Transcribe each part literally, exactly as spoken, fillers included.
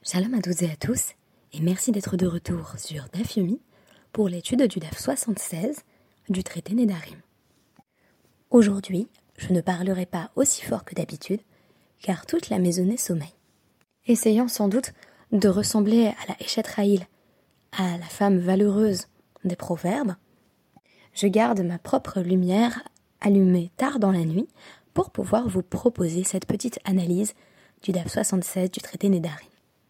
Shalom à toutes et à tous, et merci d'être de retour sur Daf Yomi pour l'étude du Daf soixante-seize du traité Nedarim. Aujourd'hui, je ne parlerai pas aussi fort que d'habitude, car toute la maisonnée sommeille. Essayant sans doute de ressembler à la Eshet Raïl, à la femme valeureuse des proverbes, je garde ma propre lumière allumée tard dans la nuit pour pouvoir vous proposer cette petite analyse du Daf soixante-seize du traité Nedarim.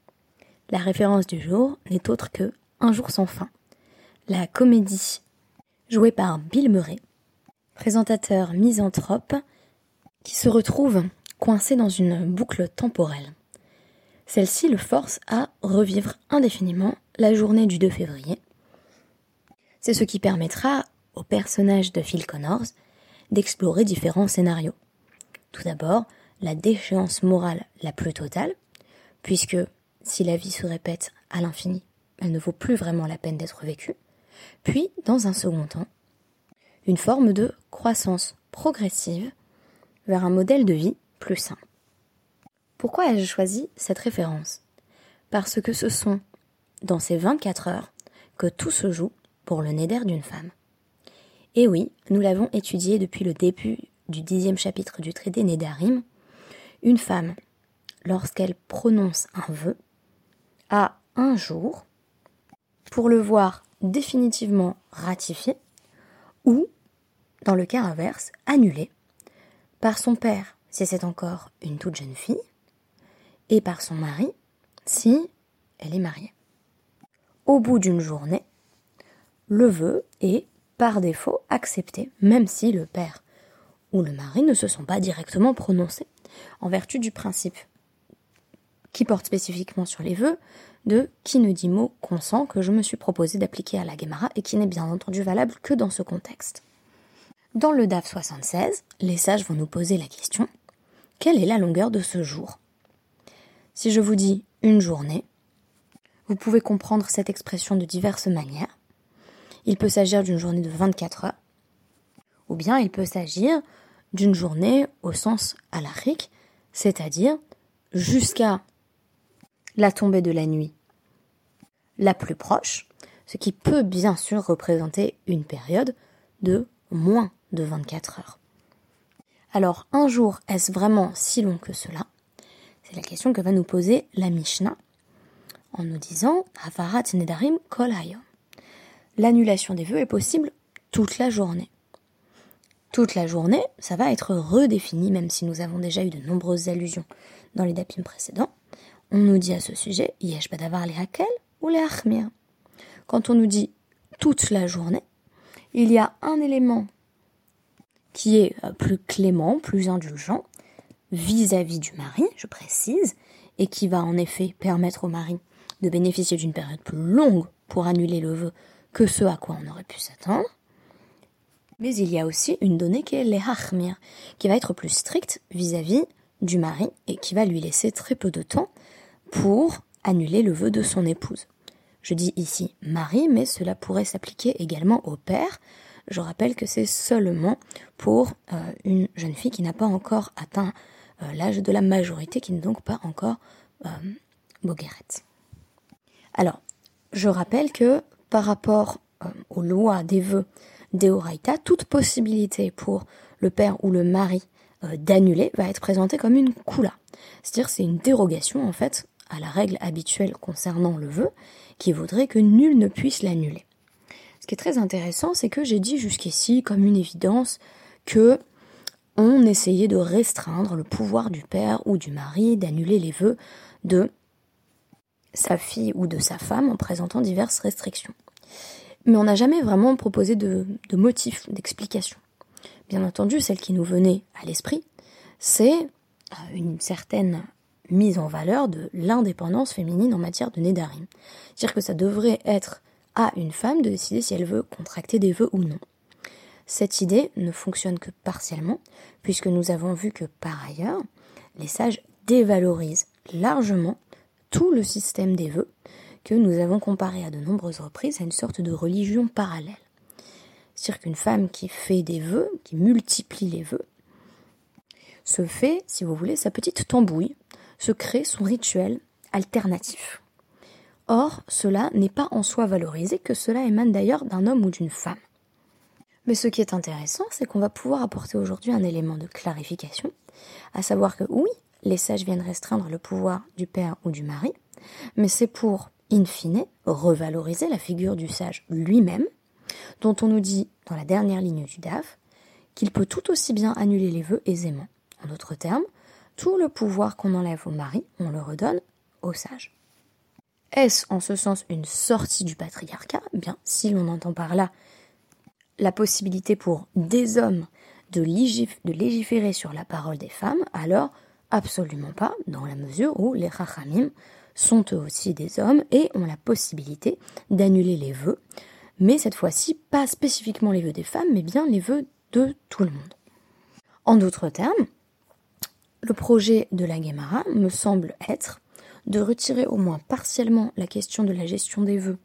La référence du jour n'est autre que Un jour sans fin, la comédie jouée par Bill Murray, présentateur misanthrope qui se retrouve coincé dans une boucle temporelle. Celle-ci le force à revivre indéfiniment la journée du deux février. C'est ce qui permettra au personnage de Phil Connors d'explorer différents scénarios. Tout d'abord, la déchéance morale la plus totale, puisque si la vie se répète à l'infini, elle ne vaut plus vraiment la peine d'être vécue. Puis, dans un second temps, une forme de croissance progressive vers un modèle de vie plus sain. Pourquoi ai-je choisi cette référence ? Parce que ce sont dans ces vingt-quatre heures que tout se joue pour le néder d'une femme. Et oui, nous l'avons étudié depuis le début du dixième chapitre du traité Nedarim. Une femme, lorsqu'elle prononce un vœu, a un jour pour le voir définitivement ratifié ou, dans le cas inverse, annulé par son père si c'est encore une toute jeune fille et par son mari si elle est mariée. Au bout d'une journée, le vœu est par défaut accepté, même si le père ou le mari ne se sont pas directement prononcés, en vertu du principe qui porte spécifiquement sur les vœux, de qui ne dit mot consent que je me suis proposé d'appliquer à la Gemara et qui n'est bien entendu valable que dans ce contexte. Dans le Daf soixante-seize, les sages vont nous poser la question, quelle est la longueur de ce jour ? Si je vous dis une journée, vous pouvez comprendre cette expression de diverses manières. Il peut s'agir d'une journée de vingt-quatre heures, ou bien il peut s'agir d'une journée au sens halachique, c'est-à-dire jusqu'à la tombée de la nuit la plus proche, ce qui peut bien sûr représenter une période de moins de vingt-quatre heures. Alors, un jour, est-ce vraiment si long que cela ? C'est la question que va nous poser la Mishnah en nous disant « Havarat nedarim kol hayom ». L'annulation des vœux est possible toute la journée. Toute la journée, ça va être redéfini, même si nous avons déjà eu de nombreuses allusions dans les dapim précédents. On nous dit à ce sujet, yesh badavar le hakel ou le hachmir. Quand on nous dit toute la journée, il y a un élément qui est plus clément, plus indulgent, vis-à-vis du mari, je précise, et qui va en effet permettre au mari de bénéficier d'une période plus longue pour annuler le vœu que ce à quoi on aurait pu s'attendre. Mais il y a aussi une donnée qui est le hachmir, qui va être plus stricte vis-à-vis du mari et qui va lui laisser très peu de temps pour annuler le vœu de son épouse. Je dis ici mari, mais cela pourrait s'appliquer également au père. Je rappelle que c'est seulement pour euh, une jeune fille qui n'a pas encore atteint euh, l'âge de la majorité, qui n'est donc pas encore euh, boguerette. Alors, je rappelle que par rapport euh, aux lois des vœux d'Eoraïta, toute possibilité pour le père ou le mari euh, d'annuler va être présentée comme une koula. C'est-à-dire c'est une dérogation en fait à la règle habituelle concernant le vœu qui voudrait que nul ne puisse l'annuler. Ce qui est très intéressant, c'est que j'ai dit jusqu'ici comme une évidence que on essayait de restreindre le pouvoir du père ou du mari d'annuler les vœux de sa fille ou de sa femme en présentant diverses restrictions. Mais on n'a jamais vraiment proposé de, de motif, d'explication. Bien entendu, celle qui nous venait à l'esprit, c'est une certaine mise en valeur de l'indépendance féminine en matière de Nedarim. C'est-à-dire que ça devrait être à une femme de décider si elle veut contracter des vœux ou non. Cette idée ne fonctionne que partiellement, puisque nous avons vu que par ailleurs, les sages dévalorisent largement tout le système des vœux que nous avons comparé à de nombreuses reprises à une sorte de religion parallèle. C'est-à-dire qu'une femme qui fait des vœux, qui multiplie les vœux, se fait, si vous voulez, sa petite tambouille, se crée son rituel alternatif. Or, cela n'est pas en soi valorisé, que cela émane d'ailleurs d'un homme ou d'une femme. Mais ce qui est intéressant, c'est qu'on va pouvoir apporter aujourd'hui un élément de clarification, à savoir que oui, les sages viennent restreindre le pouvoir du père ou du mari, mais c'est pour, in fine, revaloriser la figure du sage lui-même, dont on nous dit, dans la dernière ligne du D A F, qu'il peut tout aussi bien annuler les vœux aisément. En d'autres termes, tout le pouvoir qu'on enlève au mari, on le redonne au sage. Est-ce en ce sens une sortie du patriarcat ? Eh bien, si l'on entend par là la possibilité pour des hommes de, légif- de légiférer sur la parole des femmes, alors absolument pas, dans la mesure où les Chachamim sont eux aussi des hommes et ont la possibilité d'annuler les vœux, mais cette fois-ci pas spécifiquement les vœux des femmes, mais bien les vœux de tout le monde. En d'autres termes, le projet de la Guémara me semble être de retirer au moins partiellement la question de la gestion des vœux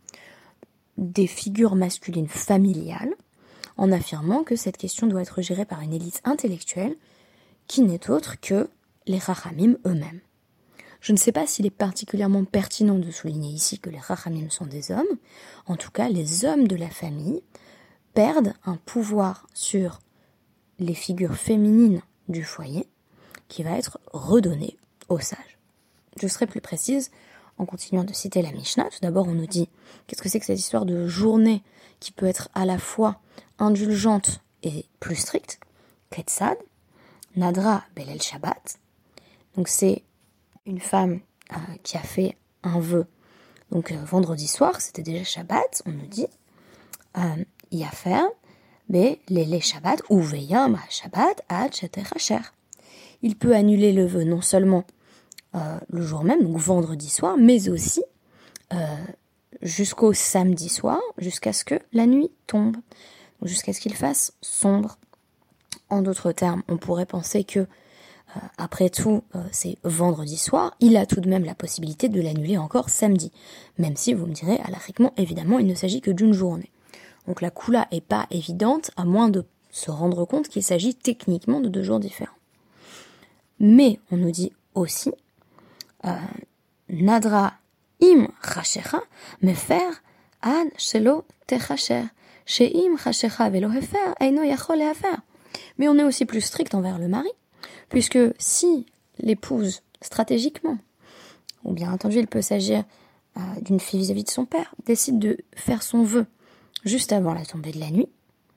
des figures masculines familiales, en affirmant que cette question doit être gérée par une élite intellectuelle qui n'est autre que les Chachamim eux-mêmes. Je ne sais pas s'il est particulièrement pertinent de souligner ici que les Chachamim sont des hommes. En tout cas, les hommes de la famille perdent un pouvoir sur les figures féminines du foyer qui va être redonné aux sages. Je serai plus précise en continuant de citer la Mishnah. Tout d'abord, on nous dit qu'est-ce que c'est que cette histoire de journée qui peut être à la fois indulgente et plus stricte. Ketzad, Nadra Belel Shabbat. Donc c'est une femme euh, qui a fait un vœu. Donc euh, vendredi soir, c'était déjà Shabbat, on nous dit euh, Yafer, mais les Shabbat ou Veyam Shabbat ad Sheter Hacher. Il peut annuler le vœu non seulement euh, le jour même, donc vendredi soir, mais aussi euh, jusqu'au samedi soir, jusqu'à ce que la nuit tombe, donc jusqu'à ce qu'il fasse sombre. En d'autres termes, on pourrait penser que, euh, après tout, euh, c'est vendredi soir, il a tout de même la possibilité de l'annuler encore samedi, même si vous me direz, halakhiquement, évidemment, il ne s'agit que d'une journée. Donc la Kula est pas évidente, à moins de se rendre compte qu'il s'agit techniquement de deux jours différents. Mais on nous dit aussi, euh, Nadra im chashecha mefer ad shelo techacher, sheim chashecha velo hefer eino yachol lehafer. Mais on est aussi plus strict envers le mari, puisque si l'épouse, stratégiquement, ou bien entendu il peut s'agir euh, d'une fille vis-à-vis de son père, décide de faire son vœu juste avant la tombée de la nuit,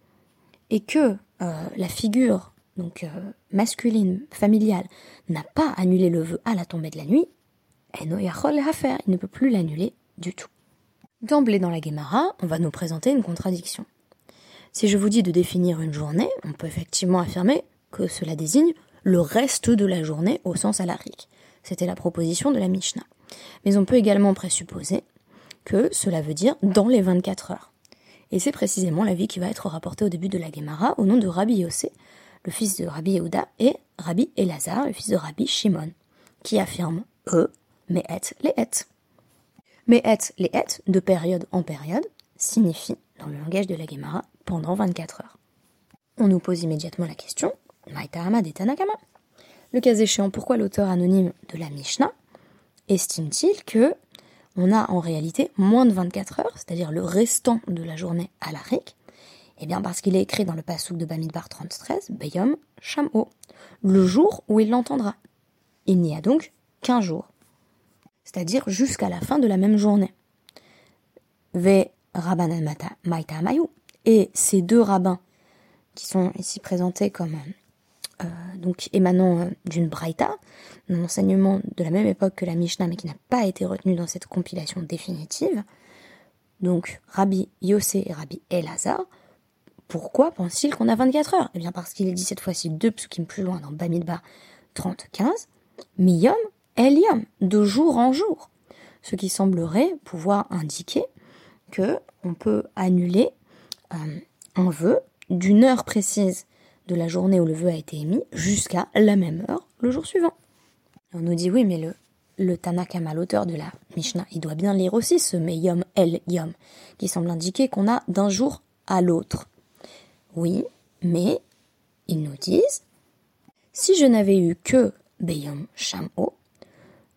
et que euh, la figure donc euh, masculine, familiale, n'a pas annulé le vœu à la tombée de la nuit, Eno yachol lehafer, il ne peut plus l'annuler du tout. D'emblée dans la Guémara, on va nous présenter une contradiction. Si je vous dis de définir une journée, on peut effectivement affirmer que cela désigne le reste de la journée au sens halakhique. C'était la proposition de la Mishnah. Mais on peut également présupposer que cela veut dire dans les vingt-quatre heures. Et c'est précisément l'avis qui va être rapporté au début de la Guémara au nom de Rabbi Yossé, le fils de Rabbi Yehuda, et Rabbi Elazar, le fils de Rabbi Shimon, qui affirment, eux, Me'et le'et. Me'et le'et, de période en période, signifie, dans le langage de la Guémara, pendant vingt-quatre heures. On nous pose immédiatement la question, Maïtahama de Tanakama. Le cas échéant, pourquoi l'auteur anonyme de la Mishnah estime-t-il que on a en réalité moins de vingt-quatre heures, c'est-à-dire le restant de la journée à l'Arik? Eh bien parce qu'il est écrit dans le passouk de Bamidbar trente-treize, Beyom Sham'o, le jour où il l'entendra. Il n'y a donc qu'un jour, c'est-à-dire jusqu'à la fin de la même journée. Ve Rabbanan Maïta Mayu. Et ces deux rabbins, qui sont ici présentés comme euh, donc émanant euh, d'une braïta, d'un enseignement de la même époque que la Mishnah, mais qui n'a pas été retenu dans cette compilation définitive, donc Rabbi Yossé et Rabbi Elazar, pourquoi pense-t-il qu'on a vingt-quatre heures? Eh bien parce qu'il est dit cette fois-ci deux psukim plus loin dans Bamidbar trente quinze, Miyom El Yom, de jour en jour, ce qui semblerait pouvoir indiquer que on peut annuler euh, un vœu d'une heure précise de la journée où le vœu a été émis jusqu'à la même heure le jour suivant. On nous dit oui, mais le, le Tanakama, l'auteur de la Mishnah, il doit bien lire aussi ce Meyom El Yom, qui semble indiquer qu'on a d'un jour à l'autre. Oui, mais ils nous disent, si je n'avais eu que Beyom Sham'o,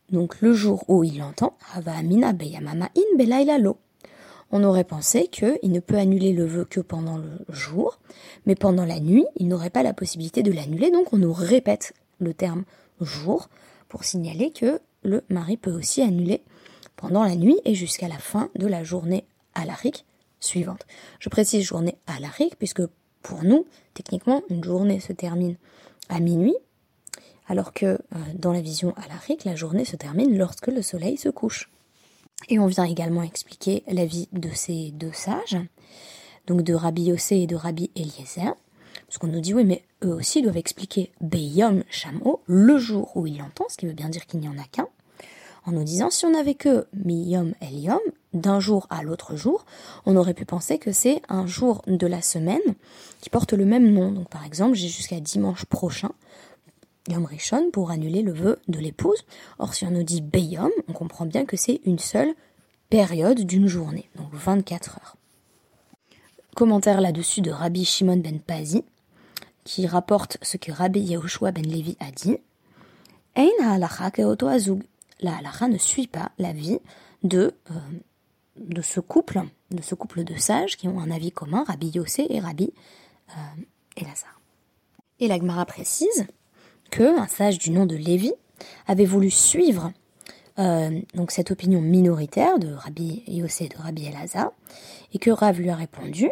donc le jour où il l'entend, Hava Amina Beyamama in Belaila lo. On aurait pensé qu'il ne peut annuler le vœu que pendant le jour, mais pendant la nuit, il n'aurait pas la possibilité de l'annuler, donc on nous répète le terme jour pour signaler que le mari peut aussi annuler pendant la nuit et jusqu'à la fin de la journée halakhique suivante. Je précise journée halakhique puisque pour nous, techniquement, une journée se termine à minuit, alors que euh, dans la vision halakhique, la journée se termine lorsque le soleil se couche. Et on vient également expliquer la vie de ces deux sages, donc de Rabbi Yossé et de Rabbi Eliezer, parce qu'on nous dit, oui, mais eux aussi doivent expliquer Beyom Shamo, le jour où il l'entend, ce qui veut bien dire qu'il n'y en a qu'un, en nous disant, si on n'avait que Miyom Eliom, d'un jour à l'autre jour, on aurait pu penser que c'est un jour de la semaine qui porte le même nom. Donc par exemple, j'ai jusqu'à dimanche prochain, Yom Rishon, pour annuler le vœu de l'épouse. Or, si on nous dit Beyom, on comprend bien que c'est une seule période d'une journée, donc vingt-quatre heures. Commentaire là-dessus de Rabbi Shimon ben Pazi, qui rapporte ce que Rabbi Yehoshua ben Levi a dit. Ein ha'alacha ke'oto azug. La halacha ne suit pas la vie de, euh, de ce couple, de ce couple de sages qui ont un avis commun, Rabbi Yossé et Rabbi euh, Elazar. Et la Gemara précise qu'un sage du nom de Lévi avait voulu suivre euh, donc cette opinion minoritaire de Rabbi Yossé et de Rabbi Elazar, et que Rav lui a répondu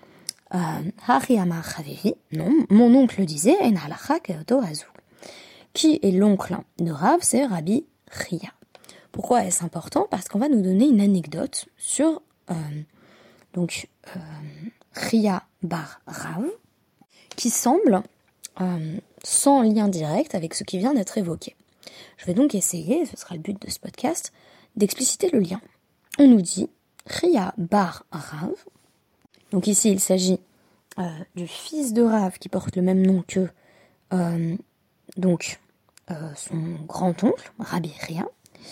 Hari amar chavivi, non, mon oncle disait En halacha ke'oto azug. Qui est l'oncle de Rav? C'est Rabbi Chia. Pourquoi est-ce important? Parce qu'on va nous donner une anecdote sur euh, donc euh, Chia bar Rav, qui semble euh, sans lien direct avec ce qui vient d'être évoqué. Je vais donc essayer, et ce sera le but de ce podcast, d'expliciter le lien. On nous dit Chia bar Rav. Donc ici, il s'agit euh, du fils de Rav qui porte le même nom que euh, donc euh, son grand-oncle, Rabbi Chia.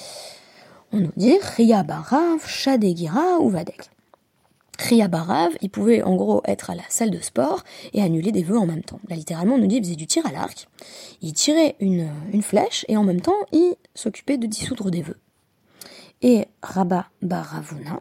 On nous dit Chia bar Rav, Shadegira ou Vadek. Chia bar Rav, il pouvait en gros être à la salle de sport et annuler des vœux en même temps. Là, littéralement, on nous dit qu'il faisait du tir à l'arc. Il tirait une, une flèche et en même temps, il s'occupait de dissoudre des vœux. Et Rabba bar Ravuna,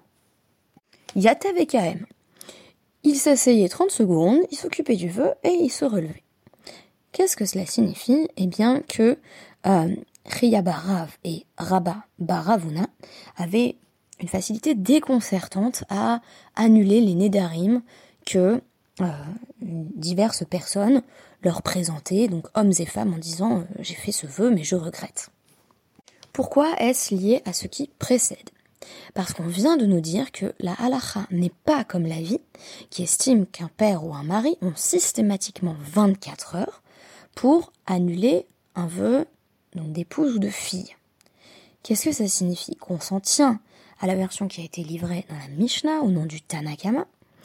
Yata Vekaem. Il s'asseyait trente secondes, il s'occupait du vœu et il se relevait. Qu'est-ce que cela signifie? Eh bien que euh, Chia bar Rav et Rabba bar Ravuna avaient une facilité déconcertante à annuler les nédarim que euh, diverses personnes leur présentaient, donc hommes et femmes, en disant euh, « j'ai fait ce vœu mais je regrette ». Pourquoi est-ce lié à ce qui précède? Parce qu'on vient de nous dire que la halacha n'est pas comme la vie, qui estime qu'un père ou un mari ont systématiquement vingt-quatre heures pour annuler un vœu donc d'épouse ou de fille. Qu'est-ce que ça signifie? Qu'on s'en tient à la version qui a été livrée dans la Mishnah au nom du Tanakama,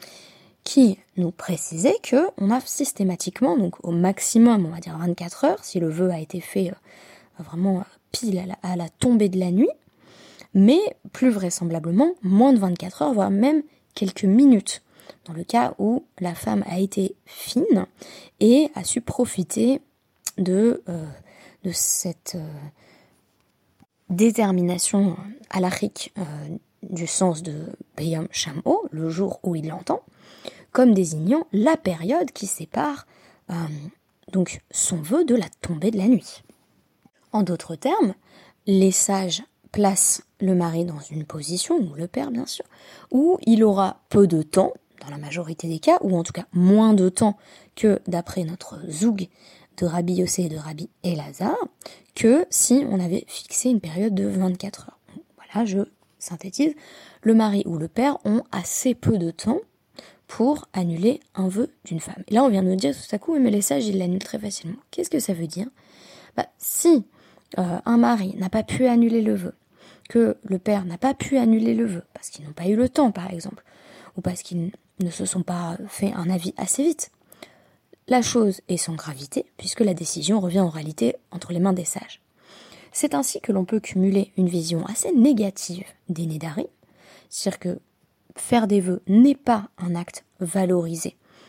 qui nous précisait que on a systématiquement, donc au maximum, on va dire vingt-quatre heures, si le vœu a été fait euh, vraiment pile à la, à la tombée de la nuit, mais plus vraisemblablement moins de vingt-quatre heures, voire même quelques minutes, dans le cas où la femme a été fine et a su profiter de, euh, de cette euh, détermination halachique euh, du sens de Beyom Shamo, le jour où il l'entend, comme désignant la période qui sépare euh, donc son vœu de la tombée de la nuit. En d'autres termes, les sages placent le mari dans une position, ou le père bien sûr, où il aura peu de temps, dans la majorité des cas, ou en tout cas moins de temps que d'après notre zoug de Rabbi Yossé et de Rabbi Elazar, que si on avait fixé une période de vingt-quatre heures. Voilà, je synthétise, le mari ou le père ont assez peu de temps pour annuler un vœu d'une femme. Et là, on vient de nous dire tout à coup, mais les sages, ils l'annulent très facilement. Qu'est-ce que ça veut dire? Bah, si euh, un mari n'a pas pu annuler le vœu, que le père n'a pas pu annuler le vœu, parce qu'ils n'ont pas eu le temps, par exemple, ou parce qu'ils ne se sont pas fait un avis assez vite, la chose est sans gravité, puisque la décision revient en réalité entre les mains des sages. C'est ainsi que l'on peut cumuler une vision assez négative des nédarim, c'est-à-dire que faire des vœux n'est pas un acte valorisé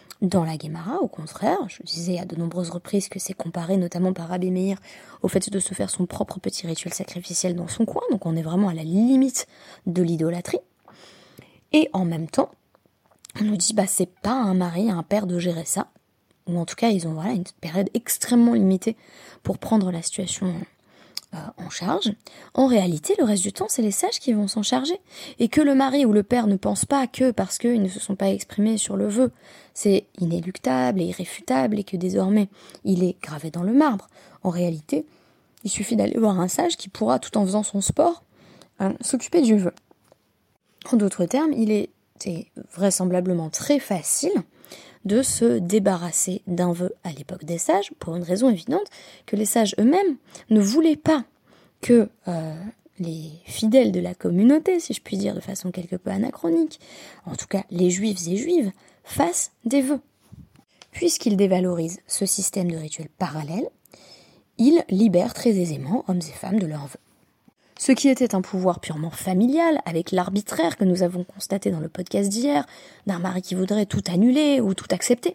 Dans la Guémara, au contraire, je disais à de nombreuses reprises que c'est comparé notamment par Rabbi Meir au fait de se faire son propre petit rituel sacrificiel dans son coin, donc on est vraiment à la limite de l'idolâtrie. Et en même temps, on nous dit bah c'est pas un mari, un père de gérer ça, ou en tout cas ils ont voilà une période extrêmement limitée pour prendre la situation Euh, en charge. En réalité, le reste du temps, c'est les sages qui vont s'en charger. Et que le mari ou le père ne pense pas que parce qu'ils ne se sont pas exprimés sur le vœu, c'est inéluctable et irréfutable et que désormais il est gravé dans le marbre. En réalité, il suffit d'aller voir un sage qui pourra, tout en faisant son sport, euh, s'occuper du vœu. En d'autres termes, il était vraisemblablement très facile de se débarrasser d'un vœu à l'époque des sages, pour une raison évidente, que les sages eux-mêmes ne voulaient pas que euh, les fidèles de la communauté, si je puis dire de façon quelque peu anachronique, en tout cas les juifs et juives, fassent des vœux. Puisqu'ils dévalorisent ce système de rituels parallèles, ils libèrent très aisément hommes et femmes de leurs vœux. Ce qui était un pouvoir purement familial, avec l'arbitraire que nous avons constaté dans le podcast d'hier, d'un mari qui voudrait tout annuler ou tout accepter.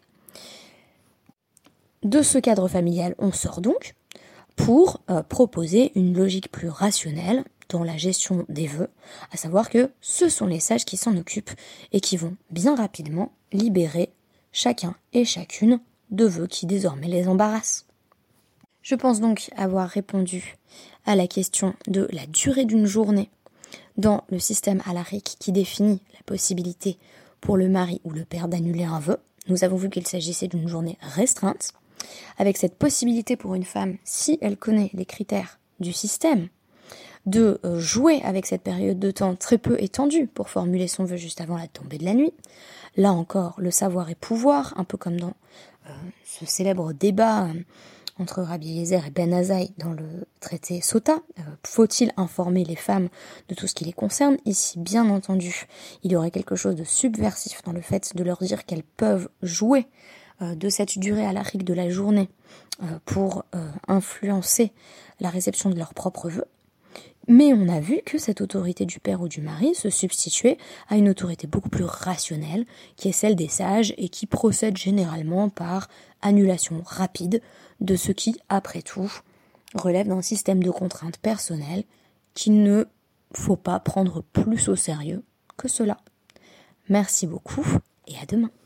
De ce cadre familial, on sort donc pour euh, proposer une logique plus rationnelle dans la gestion des vœux, à savoir que ce sont les sages qui s'en occupent et qui vont bien rapidement libérer chacun et chacune de vœux qui désormais les embarrassent. Je pense donc avoir répondu à la question de la durée d'une journée dans le système halakhique qui définit la possibilité pour le mari ou le père d'annuler un vœu. Nous avons vu qu'il s'agissait d'une journée restreinte, avec cette possibilité pour une femme, si elle connaît les critères du système, de jouer avec cette période de temps très peu étendue pour formuler son vœu juste avant la tombée de la nuit. Là encore, le savoir est pouvoir, un peu comme dans euh, ce célèbre débat euh, entre Rabbi Eliezer et Ben Azaï dans le traité Sota. Euh, faut-il informer les femmes de tout ce qui les concerne? Ici, bien entendu, il y aurait quelque chose de subversif dans le fait de leur dire qu'elles peuvent jouer euh, de cette durée halakhique de la journée euh, pour euh, influencer la réception de leurs propres vœux. Mais on a vu que cette autorité du père ou du mari se substituait à une autorité beaucoup plus rationnelle, qui est celle des sages et qui procède généralement par annulation rapide de ce qui, après tout, relève d'un système de contraintes personnelles qu'il ne faut pas prendre plus au sérieux que cela. Merci beaucoup et à demain.